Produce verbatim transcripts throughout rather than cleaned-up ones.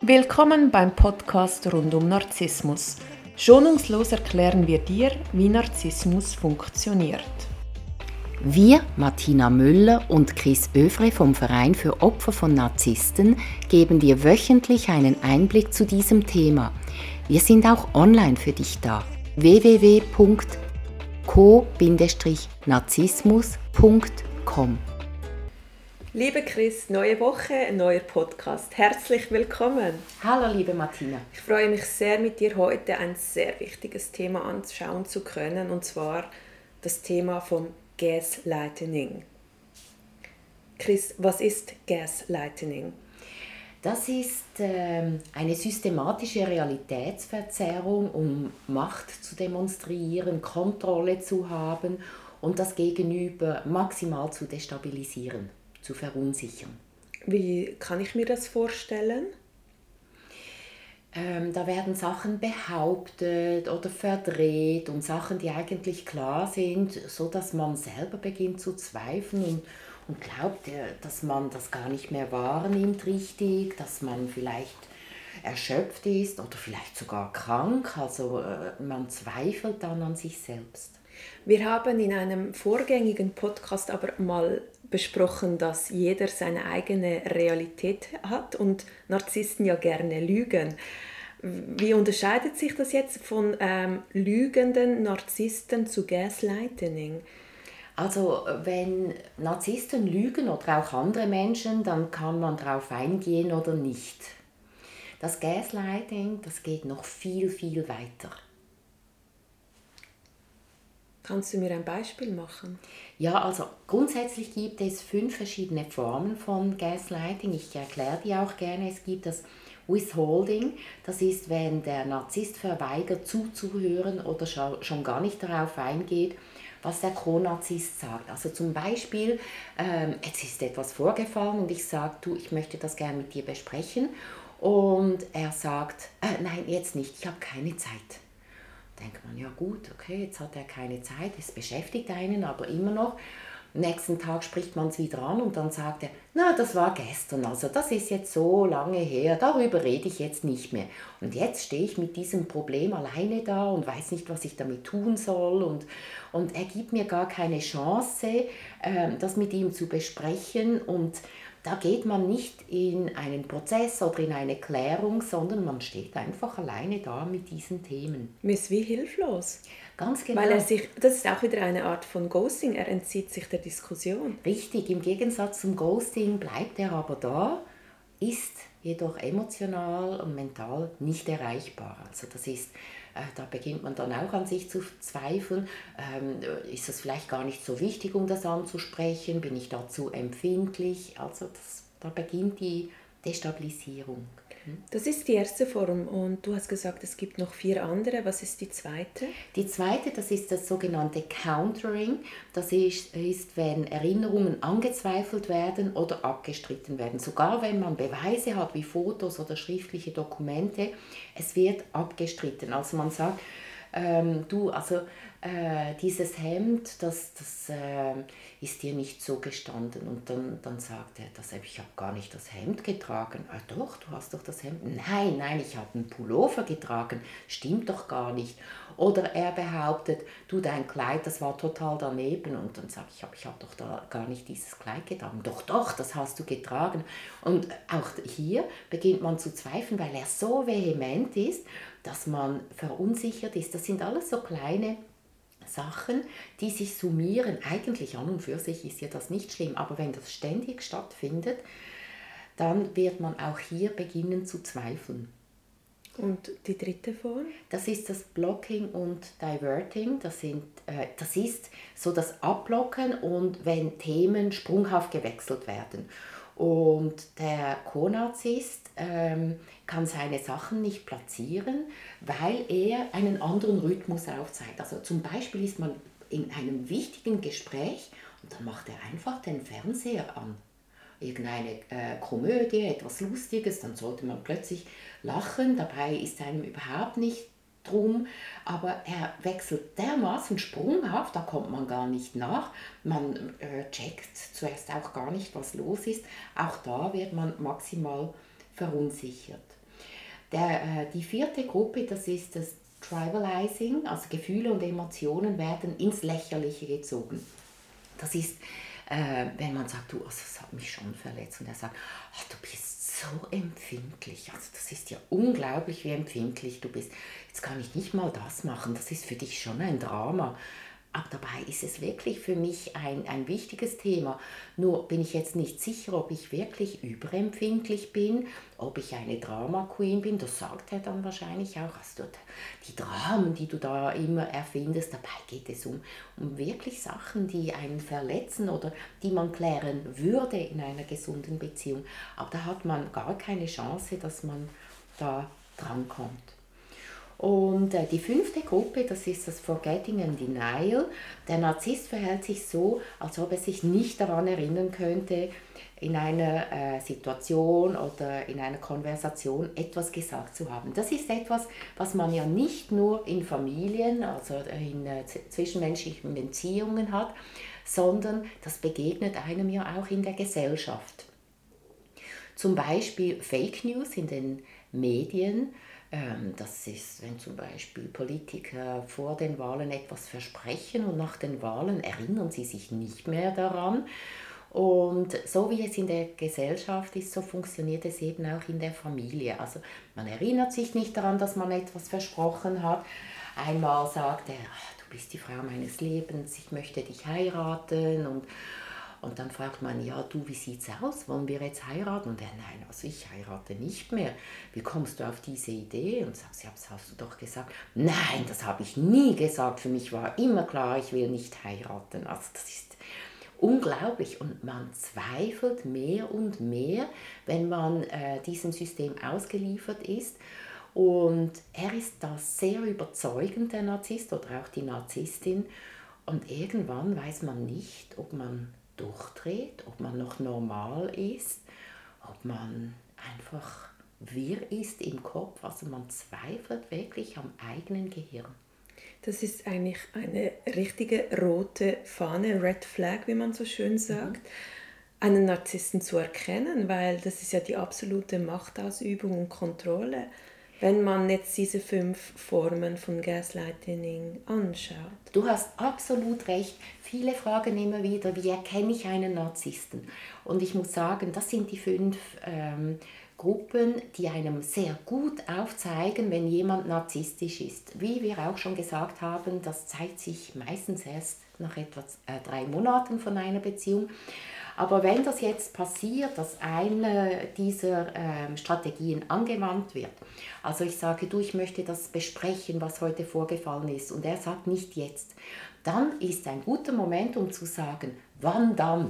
Willkommen beim Podcast rund um Narzissmus. Schonungslos erklären wir dir, wie Narzissmus funktioniert. Wir, Martina Müller und Chris Övre vom Verein für Opfer von Narzissten, geben dir wöchentlich einen Einblick zu diesem Thema. Wir sind auch online für dich da. w w w punkt co Bindestrich narzissmus punkt com. Liebe Chris, neue Woche, neuer Podcast. Herzlich willkommen. Hallo liebe Martina. Ich freue mich sehr, mit dir heute ein sehr wichtiges Thema anschauen zu können, und zwar das Thema vom Gaslighting. Chris, was ist Gaslighting? Das ist ähm, eine systematische Realitätsverzerrung, um Macht zu demonstrieren, Kontrolle zu haben und das Gegenüber maximal zu destabilisieren, zu verunsichern. Wie kann ich mir das vorstellen? Ähm, da werden Sachen behauptet oder verdreht und Sachen, die eigentlich klar sind, so dass man selber beginnt zu zweifeln und, und glaubt, dass man das gar nicht mehr wahrnimmt richtig, dass man vielleicht erschöpft ist oder vielleicht sogar krank. Also äh, man zweifelt dann an sich selbst. Wir haben in einem vorgängigen Podcast aber mal besprochen, dass jeder seine eigene Realität hat und Narzissten ja gerne lügen. Wie unterscheidet sich das jetzt von ähm, lügenden Narzissten zu Gaslighting? Also wenn Narzissten lügen oder auch andere Menschen, dann kann man darauf eingehen oder nicht. Das Gaslighting, das geht noch viel, viel weiter. Kannst du mir ein Beispiel machen? Ja, also grundsätzlich gibt es fünf verschiedene Formen von Gaslighting. Ich erkläre die auch gerne. Es gibt das Withholding, das ist, wenn der Narzisst verweigert zuzuhören oder schon gar nicht darauf eingeht, was der Co-Narzisst sagt. Also zum Beispiel, ähm, jetzt ist etwas vorgefallen und ich sage, du, ich möchte das gerne mit dir besprechen. Und er sagt, äh, nein, jetzt nicht, ich habe keine Zeit. Denkt man, ja gut, okay, jetzt hat er keine Zeit, es beschäftigt einen, aber immer noch. Nächsten Tag spricht man es wieder an und dann sagt er, na, das war gestern, also das ist jetzt so lange her, darüber rede ich jetzt nicht mehr. Und jetzt stehe ich mit diesem Problem alleine da und weiß nicht, was ich damit tun soll und, und er gibt mir gar keine Chance, äh, das mit ihm zu besprechen, und da geht man nicht in einen Prozess oder in eine Klärung, sondern man steht einfach alleine da mit diesen Themen. Man ist wie hilflos. Ganz genau. Weil er sich, das ist auch wieder eine Art von Ghosting, er entzieht sich der Diskussion. Richtig, im Gegensatz zum Ghosting bleibt er aber da, ist jedoch emotional und mental nicht erreichbar. Also das ist, äh, da beginnt man dann auch an sich zu zweifeln. Ähm, ist es vielleicht gar nicht so wichtig, um das anzusprechen? Bin ich dazu empfindlich? Also das, da beginnt die Destabilisierung. Das ist die erste Form und du hast gesagt, es gibt noch vier andere. Was ist die zweite? Die zweite, das ist das sogenannte Countering. Das ist, ist, wenn Erinnerungen angezweifelt werden oder abgestritten werden. Sogar wenn man Beweise hat wie Fotos oder schriftliche Dokumente, es wird abgestritten. Also man sagt, ähm, du, also äh, dieses Hemd, das, das äh, ist dir nicht so gestanden. Und dann, dann sagt er, dass ich habe gar nicht das Hemd getragen. Ah, doch, du hast doch das Hemd. Nein, nein, ich habe einen Pullover getragen. Stimmt doch gar nicht. Oder er behauptet, du, dein Kleid, das war total daneben. Und dann sage ich, ich habe doch da gar nicht dieses Kleid getragen. Doch, doch, das hast du getragen. Und auch hier beginnt man zu zweifeln, weil er so vehement ist, dass man verunsichert ist. Das sind alles so kleine Sachen, die sich summieren. Eigentlich an und für sich ist ja das nicht schlimm, aber wenn das ständig stattfindet, dann wird man auch hier beginnen zu zweifeln. Und die dritte Form? Das ist das Blocking und Diverting. Das, sind, äh, das ist so das Abblocken und wenn Themen sprunghaft gewechselt werden. Und der Co-Narzisst ähm, kann seine Sachen nicht platzieren, weil er einen anderen Rhythmus aufzeigt. Also zum Beispiel ist man in einem wichtigen Gespräch und dann macht er einfach den Fernseher an. Irgendeine äh, Komödie, etwas Lustiges, dann sollte man plötzlich lachen. Dabei ist einem überhaupt nicht drum, aber er wechselt dermaßen sprunghaft, da kommt man gar nicht nach. Man äh, checkt zuerst auch gar nicht, was los ist. Auch da wird man maximal verunsichert. Der, äh, die vierte Gruppe, das ist das Trivializing, also Gefühle und Emotionen werden ins Lächerliche gezogen. Das ist, äh, wenn man sagt, du, also das hat mich schon verletzt, und er sagt, ach, du bist so empfindlich, also das ist ja unglaublich, wie empfindlich du bist. Jetzt kann ich nicht mal das machen, das ist für dich schon ein Drama. Aber dabei ist es wirklich für mich ein, ein wichtiges Thema. Nur bin ich jetzt nicht sicher, ob ich wirklich überempfindlich bin, ob ich eine Drama Queen bin. Das sagt er dann wahrscheinlich auch. Also die Dramen, die du da immer erfindest, dabei geht es um, um wirklich Sachen, die einen verletzen oder die man klären würde in einer gesunden Beziehung. Aber da hat man gar keine Chance, dass man da drankommt. Und äh, die fünfte Gruppe, das ist das Forgetting and Denial. Der Narzisst verhält sich so, als ob er sich nicht daran erinnern könnte, in einer äh, Situation oder in einer Konversation etwas gesagt zu haben. Das ist etwas, was man ja nicht nur in Familien, also in äh, zwischenmenschlichen Beziehungen hat, sondern das begegnet einem ja auch in der Gesellschaft. Zum Beispiel Fake News in den Medien. Das ist, wenn zum Beispiel Politiker vor den Wahlen etwas versprechen und nach den Wahlen erinnern sie sich nicht mehr daran. Und so wie es in der Gesellschaft ist, so funktioniert es eben auch in der Familie. Also man erinnert sich nicht daran, dass man etwas versprochen hat. Einmal sagt er, ach, du bist die Frau meines Lebens, ich möchte dich heiraten, und Und dann fragt man, ja, du, wie sieht's aus? Wollen wir jetzt heiraten? Und er, nein, also ich heirate nicht mehr. Wie kommst du auf diese Idee? Und sagst, ja, das hast du doch gesagt. Nein, das habe ich nie gesagt. Für mich war immer klar, ich will nicht heiraten. Also das ist unglaublich. Und man zweifelt mehr und mehr, wenn man äh, diesem System ausgeliefert ist. Und er ist da sehr überzeugend, der Narzisst oder auch die Narzisstin. Und irgendwann weiß man nicht, ob man durchdreht, ob man noch normal ist, ob man einfach wirr ist im Kopf. Also man zweifelt wirklich am eigenen Gehirn. Das ist eigentlich eine richtige rote Fahne, Red Flag, wie man so schön sagt, mhm. einen Narzissten zu erkennen, weil das ist ja die absolute Machtausübung und Kontrolle, wenn man jetzt diese fünf Formen von Gaslighting anschaut. Du hast absolut recht. Viele fragen immer wieder, wie erkenne ich einen Narzissten? Und ich muss sagen, das sind die fünf ähm, Gruppen, die einem sehr gut aufzeigen, wenn jemand narzisstisch ist. Wie wir auch schon gesagt haben, das zeigt sich meistens erst nach etwa äh, drei Monaten von einer Beziehung. Aber wenn das jetzt passiert, dass eine dieser ähm, Strategien angewandt wird, also ich sage, du, ich möchte das besprechen, was heute vorgefallen ist, und er sagt nicht jetzt, dann ist ein guter Moment, um zu sagen, wann dann?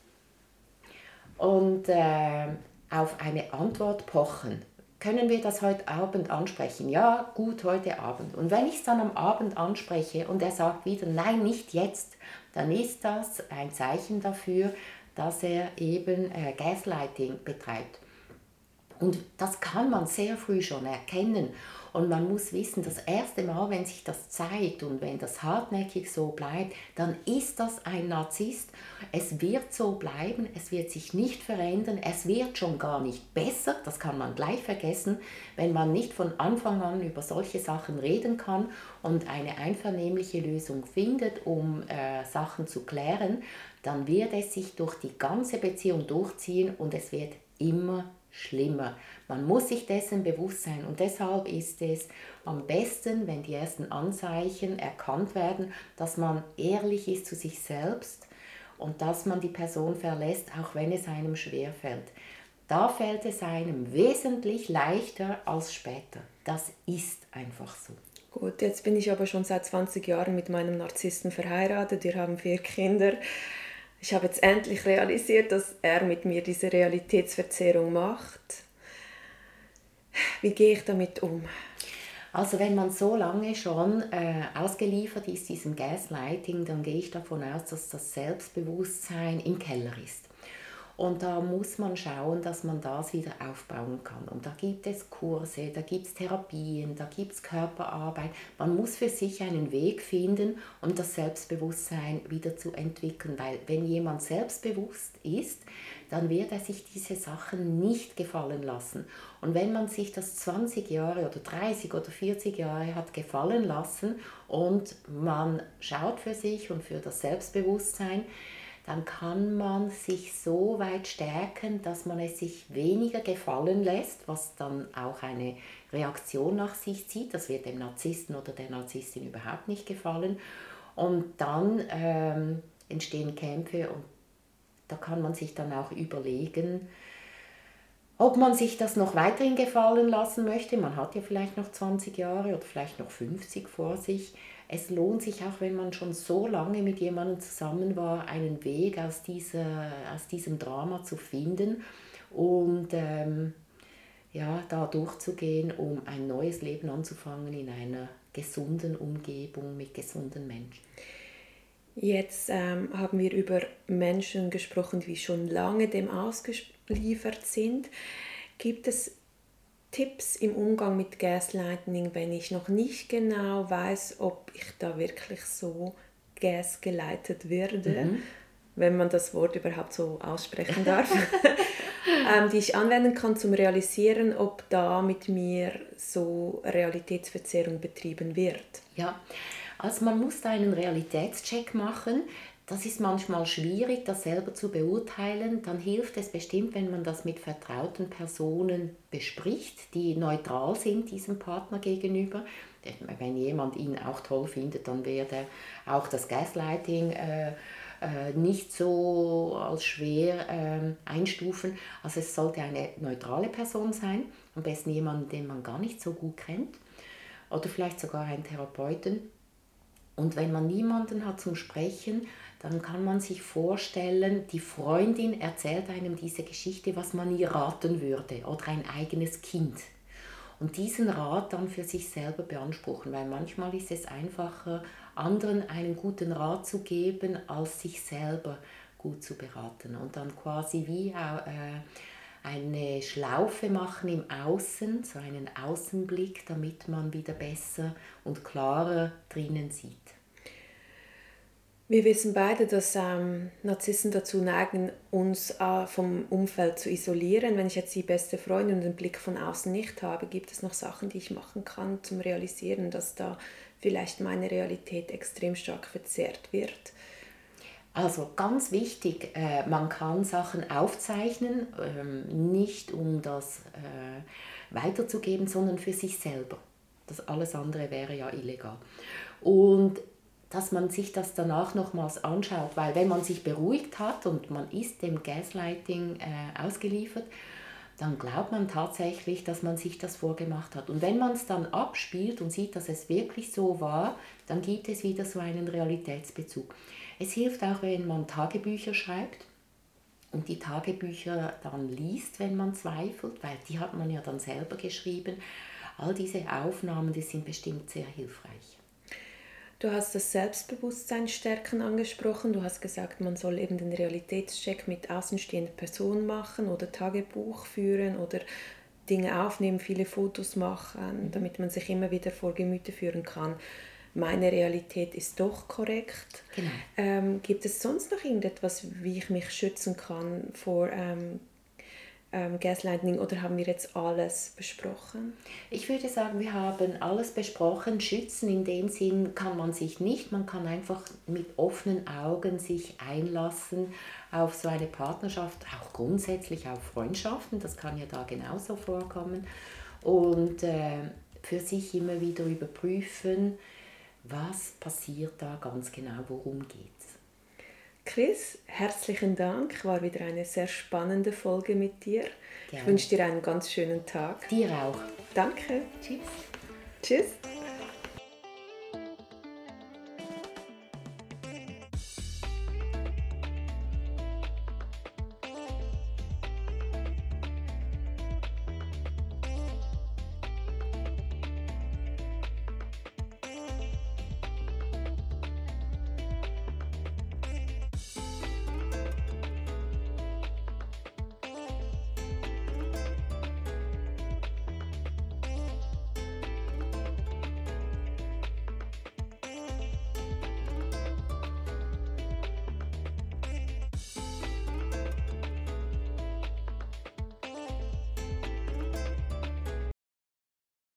Und äh, auf eine Antwort pochen. Können wir das heute Abend ansprechen? Ja, gut, heute Abend. Und wenn ich es dann am Abend anspreche und er sagt wieder, nein, nicht jetzt, dann ist das ein Zeichen dafür, dass er eben äh, Gaslighting betreibt. Und das kann man sehr früh schon erkennen. Und man muss wissen, das erste Mal, wenn sich das zeigt und wenn das hartnäckig so bleibt, dann ist das ein Narzisst. Es wird so bleiben, es wird sich nicht verändern, es wird schon gar nicht besser, das kann man gleich vergessen, wenn man nicht von Anfang an über solche Sachen reden kann und eine einvernehmliche Lösung findet, um äh, Sachen zu klären, dann wird es sich durch die ganze Beziehung durchziehen und es wird immer schlimmer. Man muss sich dessen bewusst sein und deshalb ist es am besten, wenn die ersten Anzeichen erkannt werden, dass man ehrlich ist zu sich selbst und dass man die Person verlässt, auch wenn es einem schwerfällt. Da fällt es einem wesentlich leichter als später. Das ist einfach so. Gut, jetzt bin ich aber schon seit zwanzig Jahren mit meinem Narzissten verheiratet. Wir haben vier Kinder. Ich habe jetzt endlich realisiert, dass er mit mir diese Realitätsverzerrung macht. Wie gehe ich damit um? Also wenn man so lange schon äh, ausgeliefert ist diesem Gaslighting, dann gehe ich davon aus, dass das Selbstbewusstsein im Keller ist. Und da muss man schauen, dass man das wieder aufbauen kann. Und da gibt es Kurse, da gibt es Therapien, da gibt es Körperarbeit. Man muss für sich einen Weg finden, um das Selbstbewusstsein wieder zu entwickeln. Weil wenn jemand selbstbewusst ist, dann wird er sich diese Sachen nicht gefallen lassen. Und wenn man sich das zwanzig Jahre oder dreißig oder vierzig Jahre hat gefallen lassen und man schaut für sich und für das Selbstbewusstsein, dann kann man sich so weit stärken, dass man es sich weniger gefallen lässt, was dann auch eine Reaktion nach sich zieht. Das wird dem Narzissten oder der Narzisstin überhaupt nicht gefallen. Und dann ähm, entstehen Kämpfe und da kann man sich dann auch überlegen, ob man sich das noch weiterhin gefallen lassen möchte. Man hat ja vielleicht noch zwanzig Jahre oder vielleicht noch fünfzig vor sich. Es lohnt sich auch, wenn man schon so lange mit jemandem zusammen war, einen Weg aus, dieser, aus diesem Drama zu finden und ähm, ja, da durchzugehen, um ein neues Leben anzufangen in einer gesunden Umgebung mit gesunden Menschen. Jetzt ähm, haben wir über Menschen gesprochen, die schon lange dem ausgeliefert sind. Gibt es Tipps im Umgang mit Gaslighting, wenn ich noch nicht genau weiß, ob ich da wirklich so gasgeleitet werde, mhm. wenn man das Wort überhaupt so aussprechen darf, ähm, die ich anwenden kann, zum Realisieren, ob da mit mir so Realitätsverzerrung betrieben wird? Ja, also man muss da einen Realitätscheck machen. Das ist manchmal schwierig, das selber zu beurteilen. Dann hilft es bestimmt, wenn man das mit vertrauten Personen bespricht, die neutral sind diesem Partner gegenüber. Wenn jemand ihn auch toll findet, dann wird er auch das Gaslighting äh, äh, nicht so als schwer äh, einstufen. Also es sollte eine neutrale Person sein, am besten jemanden, den man gar nicht so gut kennt oder vielleicht sogar einen Therapeuten. Und wenn man niemanden hat zum Sprechen, dann kann man sich vorstellen, die Freundin erzählt einem diese Geschichte, was man ihr raten würde, oder ein eigenes Kind. Und diesen Rat dann für sich selber beanspruchen, weil manchmal ist es einfacher, anderen einen guten Rat zu geben, als sich selber gut zu beraten. Und dann quasi wie äh, eine Schlaufe machen im Außen, so einen Außenblick, damit man wieder besser und klarer drinnen sieht. Wir wissen beide, dass ähm, Narzissen dazu neigen, uns äh, vom Umfeld zu isolieren. Wenn ich jetzt die beste Freundin und den Blick von außen nicht habe, gibt es noch Sachen, die ich machen kann, zum Realisieren, dass da vielleicht meine Realität extrem stark verzerrt wird. Also ganz wichtig, äh, man kann Sachen aufzeichnen, ähm, nicht um das äh, weiterzugeben, sondern für sich selber. Das alles andere wäre ja illegal. Und dass man sich das danach nochmals anschaut, weil wenn man sich beruhigt hat und man ist dem Gaslighting äh, ausgeliefert, dann glaubt man tatsächlich, dass man sich das vorgemacht hat. Und wenn man es dann abspielt und sieht, dass es wirklich so war, dann gibt es wieder so einen Realitätsbezug. Es hilft auch, wenn man Tagebücher schreibt und die Tagebücher dann liest, wenn man zweifelt, weil die hat man ja dann selber geschrieben. All diese Aufnahmen, die sind bestimmt sehr hilfreich. Du hast das Selbstbewusstsein stärken angesprochen. Du hast gesagt, man soll eben den Realitätscheck mit außenstehenden Personen machen oder Tagebuch führen oder Dinge aufnehmen, viele Fotos machen, damit man sich immer wieder vor Gemüte führen kann. Meine Realität ist doch korrekt. Genau. Ähm, gibt es sonst noch irgendetwas, wie ich mich schützen kann vor ähm, ähm, Gaslighting, oder haben wir jetzt alles besprochen? Ich würde sagen, wir haben alles besprochen. Schützen in dem Sinn kann man sich nicht. Man kann einfach mit offenen Augen sich einlassen auf so eine Partnerschaft, auch grundsätzlich auf Freundschaften. Das kann ja da genauso vorkommen. Und äh, für sich immer wieder überprüfen, was passiert da ganz genau, worum geht's. Chris, herzlichen Dank. War wieder eine sehr spannende Folge mit dir. Gerne. Ich wünsche dir einen ganz schönen Tag. Dir auch. Danke. Tschüss. Tschüss.